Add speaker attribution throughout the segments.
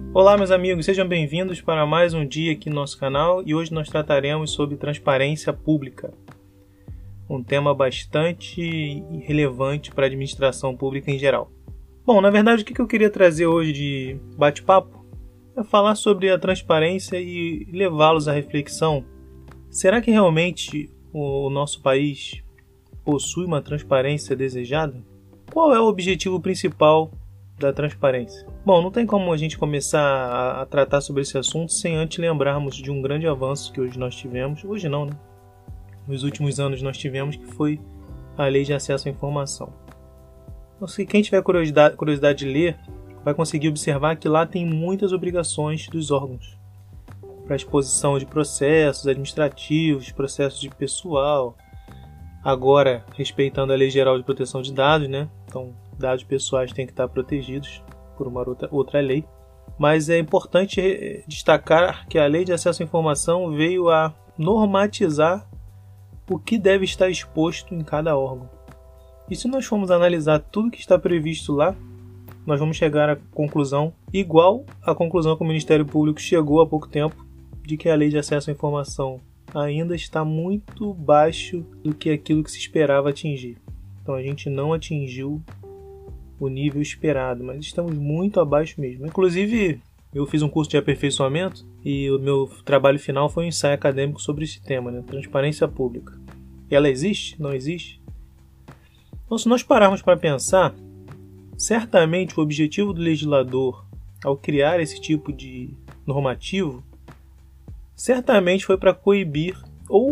Speaker 1: Olá, meus amigos, sejam bem-vindos para mais um dia aqui no nosso canal e hoje nós trataremos sobre transparência pública, um tema bastante relevante para a administração pública em geral. Bom, na verdade, o que eu queria trazer hoje de bate-papo é falar sobre a transparência e levá-los à reflexão. Será que realmente o nosso país possui uma transparência desejada? Qual é o objetivo principal da transparência? Bom, não tem como a gente começar a tratar sobre esse assunto sem antes lembrarmos de um grande avanço que hoje nós tivemos, hoje não, né? Nos últimos anos nós tivemos, que foi a Lei de Acesso à Informação. Então, se quem tiver curiosidade de ler, vai conseguir observar que lá tem muitas obrigações dos órgãos para exposição de processos administrativos, processos de pessoal, agora respeitando a Lei Geral de Proteção de Dados, né? Então, dados pessoais têm que estar protegidos por uma outra lei. Mas é importante destacar que a Lei de Acesso à Informação veio a normatizar o que deve estar exposto em cada órgão. E se nós formos analisar tudo que está previsto lá, nós vamos chegar à conclusão igual à conclusão que o Ministério Público chegou há pouco tempo, de que a Lei de Acesso à Informação ainda está muito baixo do que aquilo que se esperava atingir. Então a gente não atingiu o nível esperado, mas estamos muito abaixo mesmo. Inclusive, eu fiz um curso de aperfeiçoamento e o meu trabalho final foi um ensaio acadêmico sobre esse tema, né? Transparência pública. Ela existe? Não existe? Então, se nós pararmos para pensar, certamente o objetivo do legislador ao criar esse tipo de normativo certamente foi para coibir ou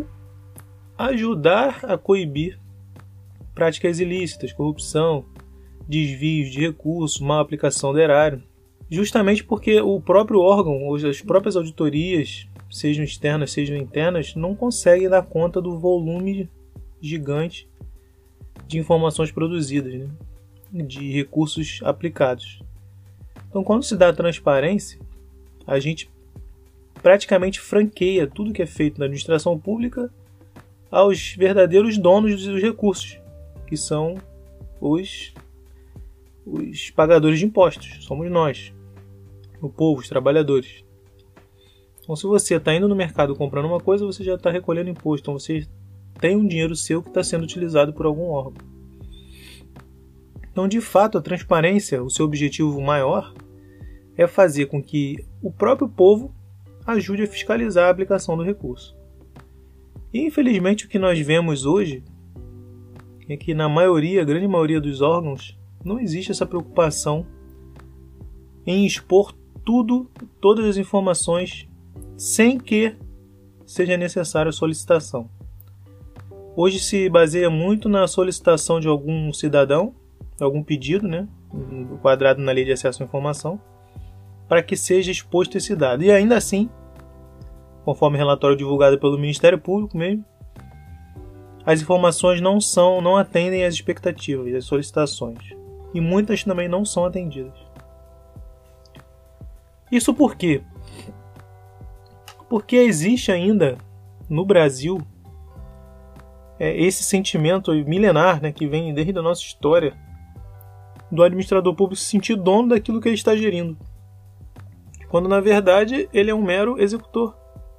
Speaker 1: ajudar a coibir práticas ilícitas, corrupção, desvios de recursos, má aplicação do erário, justamente porque o próprio órgão, ou as próprias auditorias, sejam externas, sejam internas, não conseguem dar conta do volume gigante de informações produzidas, né? De recursos aplicados. Então, quando se dá transparência, a gente praticamente franqueia tudo que é feito na administração pública aos verdadeiros donos dos recursos, que são os pagadores de impostos, somos nós, o povo, os trabalhadores. Então, se você está indo no mercado comprando uma coisa, você já está recolhendo imposto, então você tem um dinheiro seu que está sendo utilizado por algum órgão. Então, de fato, a transparência, o seu objetivo maior, é fazer com que o próprio povo ajude a fiscalizar a aplicação do recurso. E, infelizmente, o que nós vemos hoje é que na grande maioria dos órgãos, não existe essa preocupação em expor todas as informações, sem que seja necessária a solicitação. Hoje se baseia muito na solicitação de algum cidadão, algum pedido, né, enquadrado na Lei de Acesso à Informação, para que seja exposto esse dado. E ainda assim, conforme relatório divulgado pelo Ministério Público mesmo, as informações não atendem às expectativas, às solicitações. E muitas também não são atendidas. Isso por quê? Porque existe ainda no Brasil esse sentimento milenar, né, que vem desde a nossa história, do administrador público se sentir dono daquilo que ele está gerindo, quando na verdade ele é um mero executor.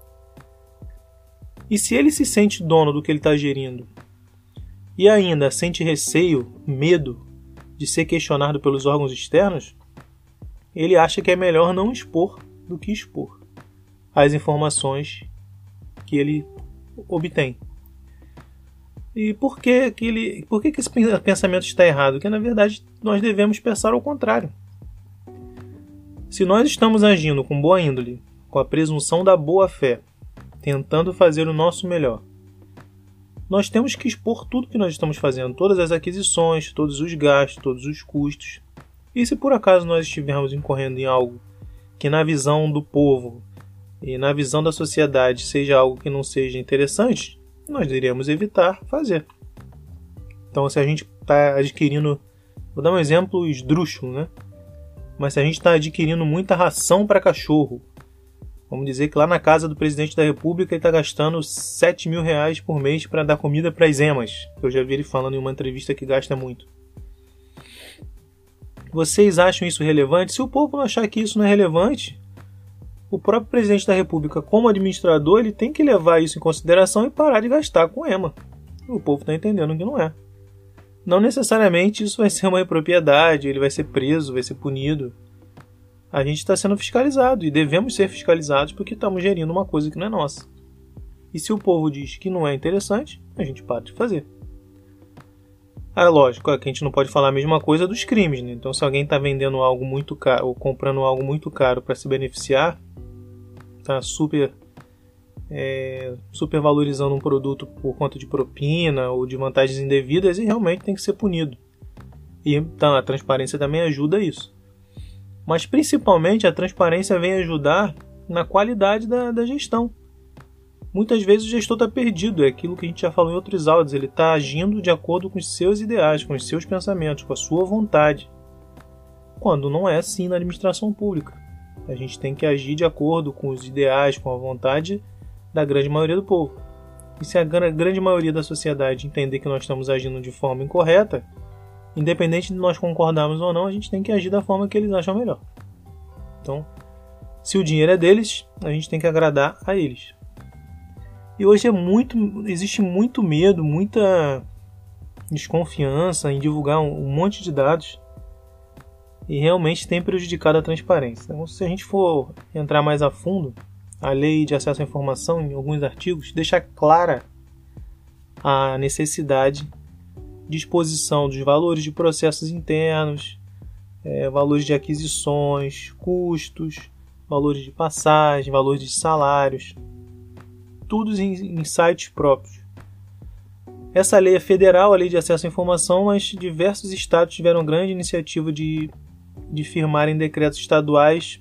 Speaker 1: E se ele se sente dono do que ele está gerindo e ainda sente receio, medo de ser questionado pelos órgãos externos, ele acha que é melhor não expor do que expor as informações que ele obtém. E por que esse pensamento está errado? Porque na verdade nós devemos pensar ao contrário. Se nós estamos agindo com boa índole, com a presunção da boa-fé, tentando fazer o nosso melhor, nós temos que expor tudo que nós estamos fazendo, todas as aquisições, todos os gastos, todos os custos. E se por acaso nós estivermos incorrendo em algo que na visão do povo e na visão da sociedade seja algo que não seja interessante, nós deveríamos evitar fazer. Então, se a gente está adquirindo, vou dar um exemplo esdrúxulo, né? Mas se a gente está adquirindo muita ração para cachorro, vamos dizer que lá na casa do presidente da República ele está gastando 7 mil reais por mês para dar comida para as emas. Eu já vi ele falando em uma entrevista que gasta muito. Vocês acham isso relevante? Se o povo não achar que isso não é relevante, o próprio presidente da República, como administrador, ele tem que levar isso em consideração e parar de gastar com EMA. O povo está entendendo que não é. Não necessariamente isso vai ser uma impropriedade, ele vai ser preso, vai ser punido. A gente está sendo fiscalizado e devemos ser fiscalizados porque estamos gerindo uma coisa que não é nossa. E se o povo diz que não é interessante, a gente para de fazer. Lógico, que a gente não pode falar a mesma coisa dos crimes, né? Então, se alguém está vendendo algo muito caro ou comprando algo muito caro para se beneficiar, está super valorizando um produto por conta de propina ou de vantagens indevidas e realmente tem que ser punido. E então, a transparência também ajuda isso. Mas principalmente a transparência vem ajudar na qualidade da gestão. Muitas vezes o gestor está perdido, é aquilo que a gente já falou em outros áudios, ele está agindo de acordo com os seus ideais, com os seus pensamentos, com a sua vontade. Quando não é assim na administração pública. A gente tem que agir de acordo com os ideais, com a vontade da grande maioria do povo. E se a grande maioria da sociedade entender que nós estamos agindo de forma incorreta, independente de nós concordarmos ou não, a gente tem que agir da forma que eles acham melhor. Então, se o dinheiro é deles, a gente tem que agradar a eles. E hoje existe muito medo, muita desconfiança em divulgar um monte de dados e realmente tem prejudicado a transparência. Então, se a gente for entrar mais a fundo, a lei de acesso à informação, em alguns artigos, deixa clara a necessidade de exposição dos valores de processos internos, valores de aquisições, custos, valores de passagem, valores de salários, tudo em sites próprios. Essa lei é federal, a lei de acesso à informação, mas diversos estados tiveram grande iniciativa de firmarem decretos estaduais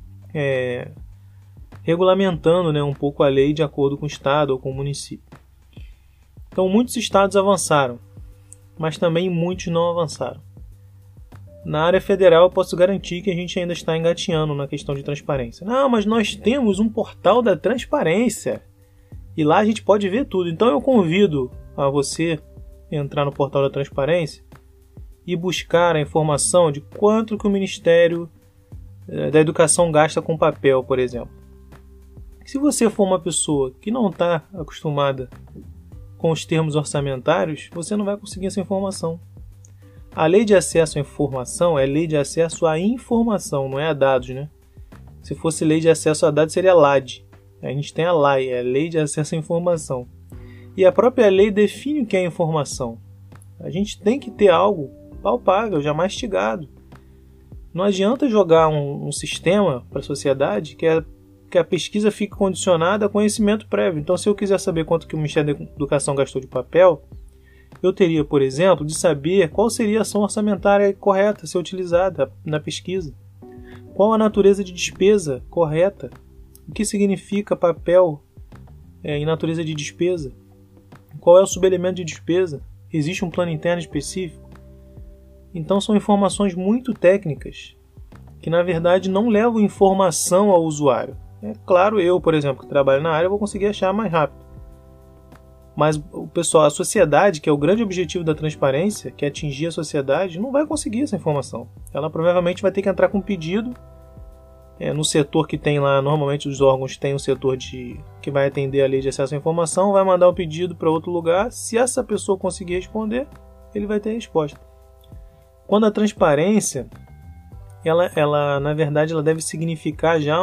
Speaker 1: regulamentando, um pouco a lei de acordo com o estado ou com o município. Então muitos estados avançaram, mas também muitos não avançaram. Na área federal eu posso garantir que a gente ainda está engatinhando na questão de transparência. Não, mas nós temos um portal da transparência e lá a gente pode ver tudo. Então eu convido a você entrar no portal da transparência e buscar a informação de quanto que o Ministério da Educação gasta com papel, por exemplo. Se você for uma pessoa que não está acostumada com os termos orçamentários, você não vai conseguir essa informação. A lei de acesso à informação é lei de acesso à informação, não é a dados, né? Se fosse lei de acesso a dados, seria LAD. A gente tem a LAI, é a lei de acesso à informação. E a própria lei define o que é informação. A gente tem que ter algo palpável, já mastigado. Não adianta jogar um sistema para a sociedade que a pesquisa fique condicionada a conhecimento prévio. Então, se eu quiser saber quanto que o Ministério da Educação gastou de papel, eu teria, por exemplo, de saber qual seria a ação orçamentária correta a ser utilizada na pesquisa. Qual a natureza de despesa correta? O que significa papel em natureza de despesa? Qual é o subelemento de despesa? Existe um plano interno específico? Então são informações muito técnicas que na verdade não levam informação ao usuário. É claro, eu, por exemplo, que trabalho na área, vou conseguir achar mais rápido. Mas o pessoal, a sociedade, que é o grande objetivo da transparência, que é atingir a sociedade, não vai conseguir essa informação. Ela provavelmente vai ter que entrar com um pedido no setor que tem lá, normalmente os órgãos têm um setor que vai atender a lei de acesso à informação, vai mandar um pedido para outro lugar. Se essa pessoa conseguir responder, ele vai ter a resposta. Quando a transparência, ela na verdade, ela deve significar já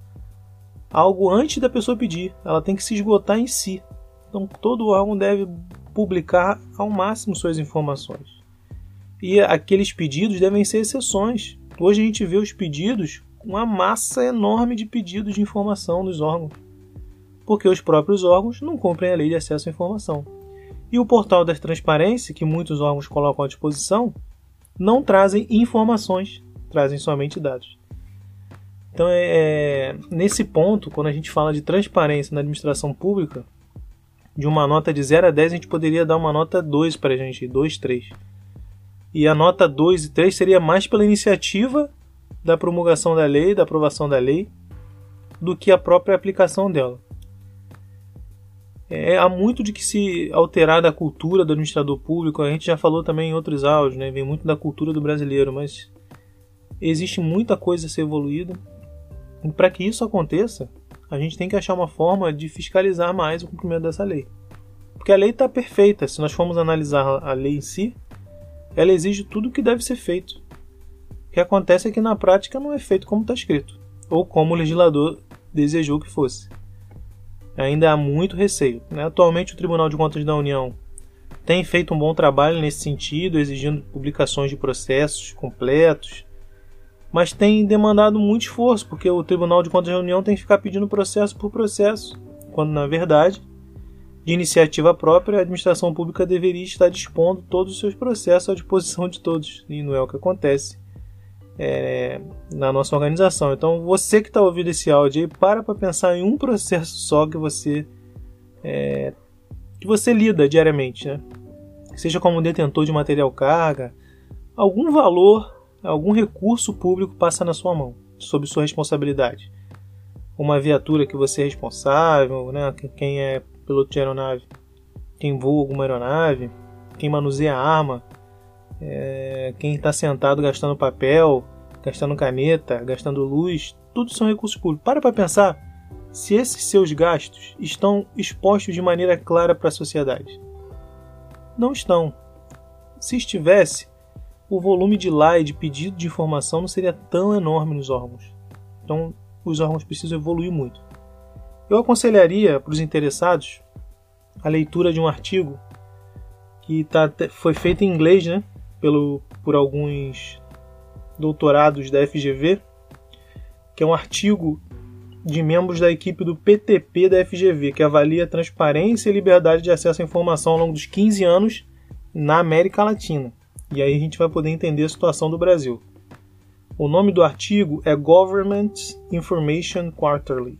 Speaker 1: algo antes da pessoa pedir. Ela tem que se esgotar em si. Então, todo órgão deve publicar ao máximo suas informações. E aqueles pedidos devem ser exceções. Hoje a gente vê os pedidos, uma massa enorme de pedidos de informação dos órgãos, porque os próprios órgãos não cumprem a lei de acesso à informação. E o portal da transparência, que muitos órgãos colocam à disposição, não trazem informações, trazem somente dados. Então, nesse ponto, quando a gente fala de transparência na administração pública, de uma nota de 0 a 10, a gente poderia dar uma nota 2 para a gente, 2, 3. E a nota 2 e 3 seria mais pela iniciativa da promulgação da lei, da aprovação da lei, do que a própria aplicação dela. Há muito de que se alterar da cultura do administrador público. A gente já falou também em outros áudios, né? Vem muito da cultura do brasileiro, mas existe muita coisa a ser evoluída. E para que isso aconteça, a gente tem que achar uma forma de fiscalizar mais o cumprimento dessa lei. Porque a lei está perfeita. Se nós formos analisar a lei em si, ela exige tudo o que deve ser feito. O que acontece é que na prática não é feito como está escrito, ou como o legislador desejou que fosse. Ainda há muito receio, né? Atualmente o Tribunal de Contas da União tem feito um bom trabalho nesse sentido, exigindo publicações de processos completos, mas tem demandado muito esforço, porque o Tribunal de Contas da União tem que ficar pedindo processo por processo, quando na verdade, de iniciativa própria, a administração pública deveria estar dispondo todos os seus processos à disposição de todos, e não é o que acontece na nossa organização. Então, você que está ouvindo esse áudio aí, para pensar em um processo só que você lida diariamente, né? Seja como detentor de material carga, algum valor, algum recurso público passa na sua mão, sob sua responsabilidade. Uma viatura que você é responsável, né? Quem é piloto de aeronave, quem voa alguma aeronave, quem manuseia a arma, quem está sentado gastando papel, gastando caneta, gastando luz, tudo são recursos públicos. Para pensar se esses seus gastos estão expostos de maneira clara para a sociedade. Não estão. Se estivesse, o volume de e de pedido de informação não seria tão enorme nos órgãos. Então, os órgãos precisam evoluir muito. Eu aconselharia para os interessados a leitura de um artigo que foi feito em inglês, né, por alguns doutorados da FGV, que é um artigo de membros da equipe do PTP da FGV, que avalia a transparência e liberdade de acesso à informação ao longo dos 15 anos na América Latina. E aí a gente vai poder entender a situação do Brasil. O nome do artigo é Government Information Quarterly.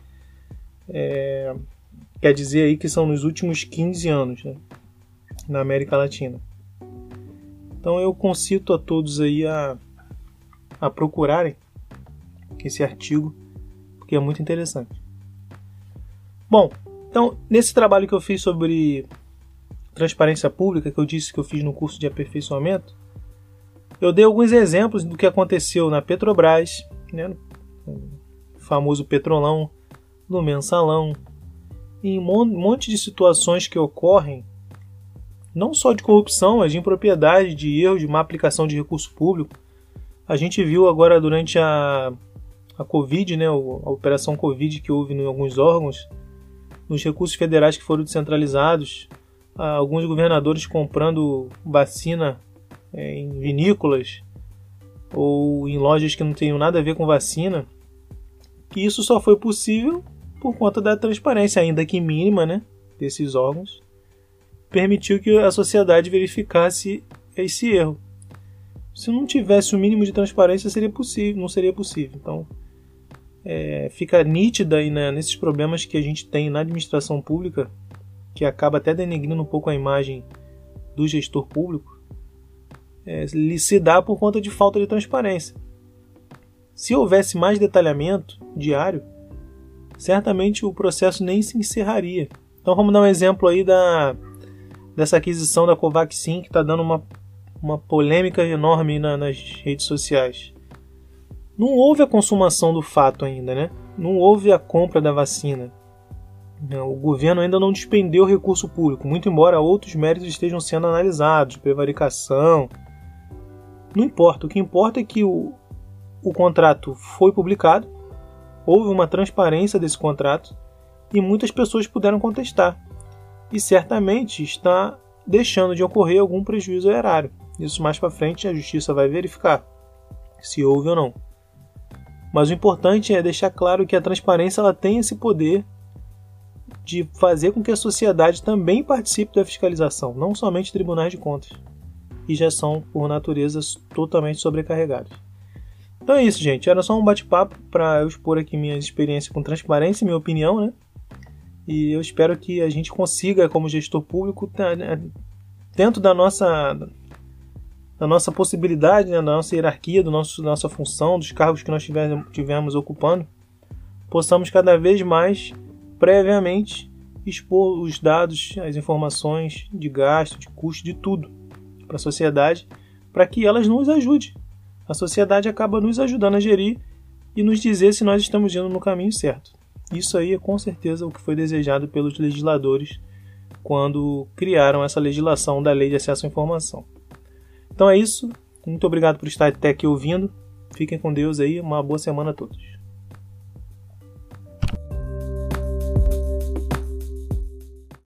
Speaker 1: Quer dizer aí que são nos últimos 15 anos, né, na América Latina. Então eu concito a todos aí a procurarem esse artigo, porque é muito interessante. Bom, então nesse trabalho que eu fiz sobre transparência pública, que eu disse que eu fiz no curso de aperfeiçoamento, eu dei alguns exemplos do que aconteceu na Petrobras, né, no famoso Petrolão, no Mensalão, e um monte de situações que ocorrem, não só de corrupção, mas de impropriedade, de erro, de má aplicação de recurso público. A gente viu agora durante a Covid, né, a operação Covid que houve em alguns órgãos, nos recursos federais que foram descentralizados, alguns governadores comprando vacina em vinícolas ou em lojas que não tenham nada a ver com vacina. E isso só foi possível por conta da transparência, ainda que mínima, né, desses órgãos. Permitiu que a sociedade verificasse esse erro. Se não tivesse o mínimo de transparência, não seria possível. Então, fica nítida aí, né, nesses problemas que a gente tem na administração pública, que acaba até denegrindo um pouco a imagem do gestor público, se dá por conta de falta de transparência. Se houvesse mais detalhamento diário, certamente o processo nem se encerraria. Então vamos dar um exemplo aí dessa aquisição da Covaxin, que está dando uma polêmica enorme nas redes sociais. Não houve a consumação do fato ainda, né? Não houve a compra da vacina. O governo ainda não despendeu recurso público, muito embora outros méritos estejam sendo analisados, prevaricação. Não importa, o que importa é que o contrato foi publicado, houve uma transparência desse contrato e muitas pessoas puderam contestar. E certamente está deixando de ocorrer algum prejuízo ao erário. Isso mais para frente a justiça vai verificar se houve ou não. Mas o importante é deixar claro que a transparência ela tem esse poder de fazer com que a sociedade também participe da fiscalização, não somente tribunais de contas, que já são, por natureza, totalmente sobrecarregados. Então é isso, gente. Era só um bate-papo para eu expor aqui minha experiência com transparência e minha opinião, né? E eu espero que a gente consiga, como gestor público, dentro da nossa possibilidade, né, da nossa hierarquia, da nossa função, dos cargos que nós estivermos ocupando, possamos cada vez mais, previamente, expor os dados, as informações de gasto, de custo, de tudo para a sociedade, para que elas nos ajudem A sociedade acaba nos ajudando a gerir e nos dizer se nós estamos indo no caminho certo. Isso aí é com certeza o que foi desejado pelos legisladores quando criaram essa legislação da Lei de Acesso à Informação. Então é isso. Muito obrigado por estar até aqui ouvindo. Fiquem com Deus aí. Uma boa semana a todos.